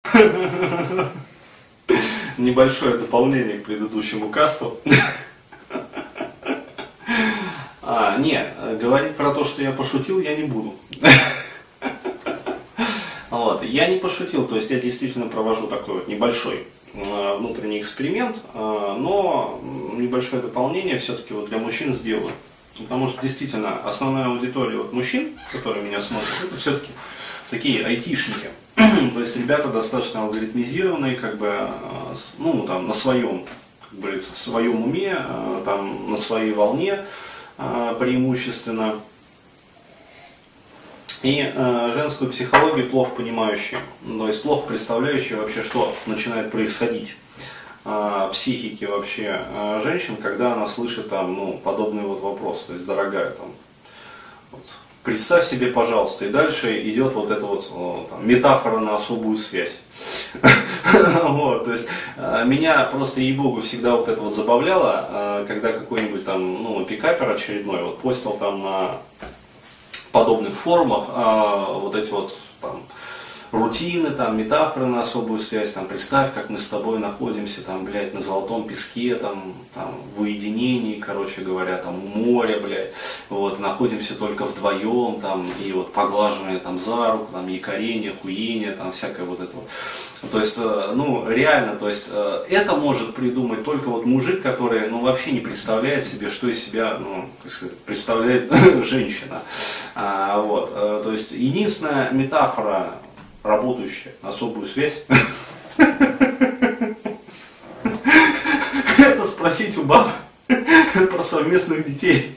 Небольшое дополнение к предыдущему касту. Не, говорить про то, что я пошутил, я не буду. Вот. Я не пошутил, то есть я действительно провожу такой вот небольшой внутренний эксперимент, но небольшое дополнение все-таки вот для мужчин сделаю. Потому что действительно основная аудитория вот мужчин, которые меня смотрят, это все-таки такие айтишники. То есть ребята достаточно алгоритмизированные, как бы, ну, там, на своем, как говорится, в своем уме, там, на своей волне преимущественно. И женскую психологию плохо понимающие, то есть плохо представляющие вообще, что начинает происходить в психике вообще женщин, когда она слышит там, ну, подобный вот вопрос, то есть, дорогая, там, вот, представь себе, пожалуйста, и дальше идет вот эта вот там, метафора на особую связь. Вот, то есть меня просто, ей-богу, всегда вот это вот забавляло, когда какой-нибудь там, ну, пикапер очередной вот постил там на подобных форумах вот эти вот там рутины, там, метафоры на особую связь, там, представь, как мы с тобой находимся, там, блядь, на золотом песке, там, в уединении, короче говоря, там, у моря, блядь, вот, находимся только вдвоем, там, и вот поглаживание, там, за руку, там, якорение, хуение, там, всякое вот это вот. То есть, ну, реально, то есть, это может придумать только вот мужик, который, ну, вообще не представляет себе, что из себя, ну, так сказать, представляет женщина. Вот, то есть, единственная метафора, работающая на особую связь, это спросить у баб про совместных детей.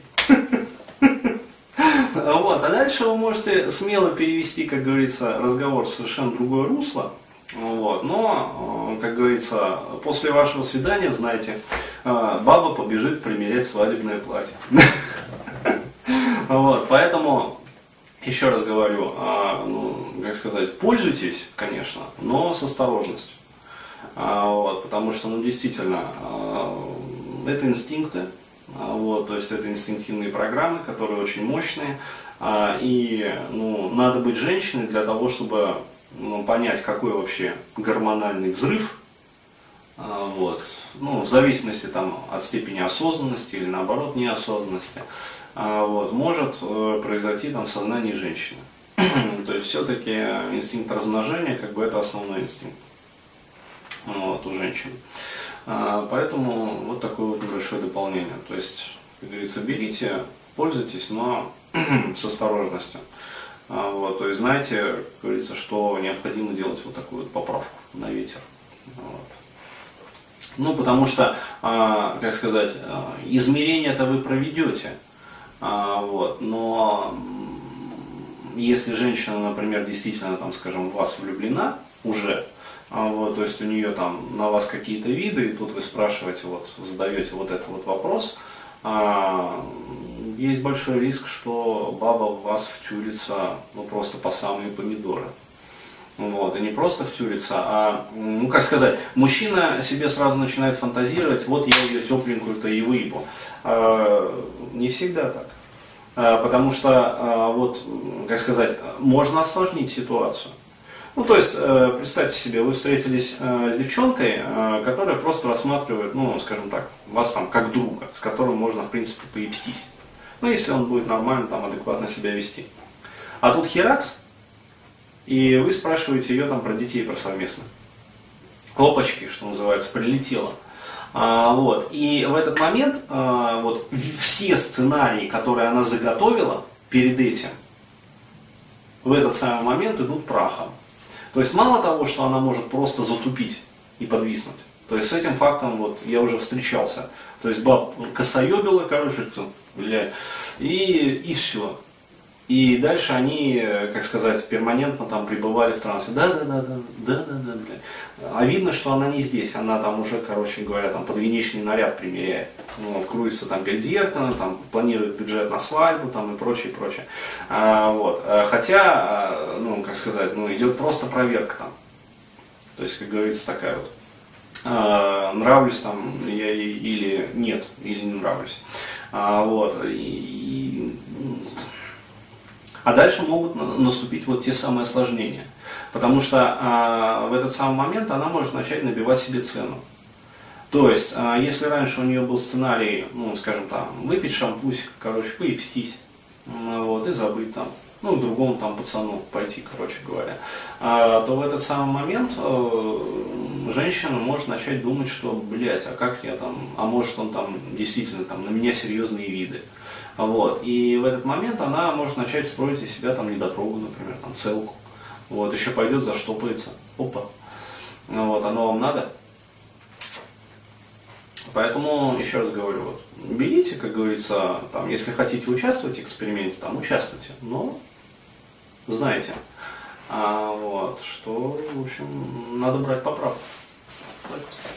Вот. А дальше вы можете смело перевести, как говорится, разговор в совершенно другое русло. Вот. Но, как говорится, после вашего свидания, знаете, баба побежит примерять свадебное платье. Вот. Поэтому, еще раз говорю, ну, как сказать, пользуйтесь, конечно, но с осторожностью. Вот, потому что, ну, действительно, это инстинкты, вот, то есть это инстинктивные программы, которые очень мощные. И, ну, надо быть женщиной для того, чтобы, ну, понять, какой вообще гормональный взрыв, вот, ну, в зависимости там, от степени осознанности или наоборот неосознанности, вот, может произойти там, в сознании женщины. То есть все-таки инстинкт размножения, как бы, это основной инстинкт, вот, у женщин. Поэтому вот такое вот небольшое дополнение. То есть, как говорится, берите, пользуйтесь, но с осторожностью. Вот, то есть знаете, как говорится, что необходимо делать вот такую вот поправку на ветер. Вот. Ну, потому что, как сказать, измерения-то вы проведете. Вот, но если женщина, например, действительно, там, скажем, в вас влюблена уже, вот, то есть у нее там на вас какие-то виды, и тут вы спрашиваете, вот, задаете вот этот вот вопрос, есть большой риск, что баба в вас втюрится, ну, просто по самые помидоры. Вот, и не просто втюрится, а, ну, как сказать, мужчина себе сразу начинает фантазировать, вот я ее тепленькую-то и выебу. Не всегда так. Потому что, вот, как сказать, можно осложнить ситуацию. Ну, то есть, представьте себе, вы встретились с девчонкой, которая просто рассматривает, ну, скажем так, вас там как друга, с которым можно, в принципе, поебстись. Ну, если он будет нормально, там, адекватно себя вести. А тут херакс, и вы спрашиваете ее там про детей, про совместных. Опачки, что называется, прилетело. Вот. И в этот момент вот, все сценарии, которые она заготовила перед этим, в этот самый момент идут прахом. То есть мало того, что она может просто затупить и подвиснуть. То есть с этим фактом вот, я уже встречался. То есть баб косоебила, короче, блядь, и все. И дальше они, как сказать, перманентно там пребывали в трансе. Да, блядь. А видно, что она не здесь, она там уже, короче говоря, там подвенечный наряд примеряет. Вот, крутится там перед зеркалом, там планирует бюджет на свадьбу там, и прочее, прочее. Вот. Хотя, ну, как сказать, ну, идет просто проверка там. То есть, как говорится, такая вот. Нравлюсь там я или нет, или не нравлюсь. Вот. А дальше могут наступить вот те самые осложнения. Потому что в этот самый момент она может начать набивать себе цену. То есть, если раньше у нее был сценарий, ну, скажем там, выпить шампусик, короче, поебстись, вот, и забыть там, ну, к другому там пацану пойти, короче говоря, то в этот самый момент женщина может начать думать, что, блядь, а как я там, а может он там действительно там на меня серьезные виды. Вот, и в этот момент она может начать строить из себя там недотрогу, например, там целку. Вот, еще пойдет заштопается. Опа. Вот, оно вам надо? Поэтому, еще раз говорю, вот, берите, как говорится, там, если хотите участвовать в эксперименте, там, участвуйте, но знаете, вот, что, в общем, надо брать поправку.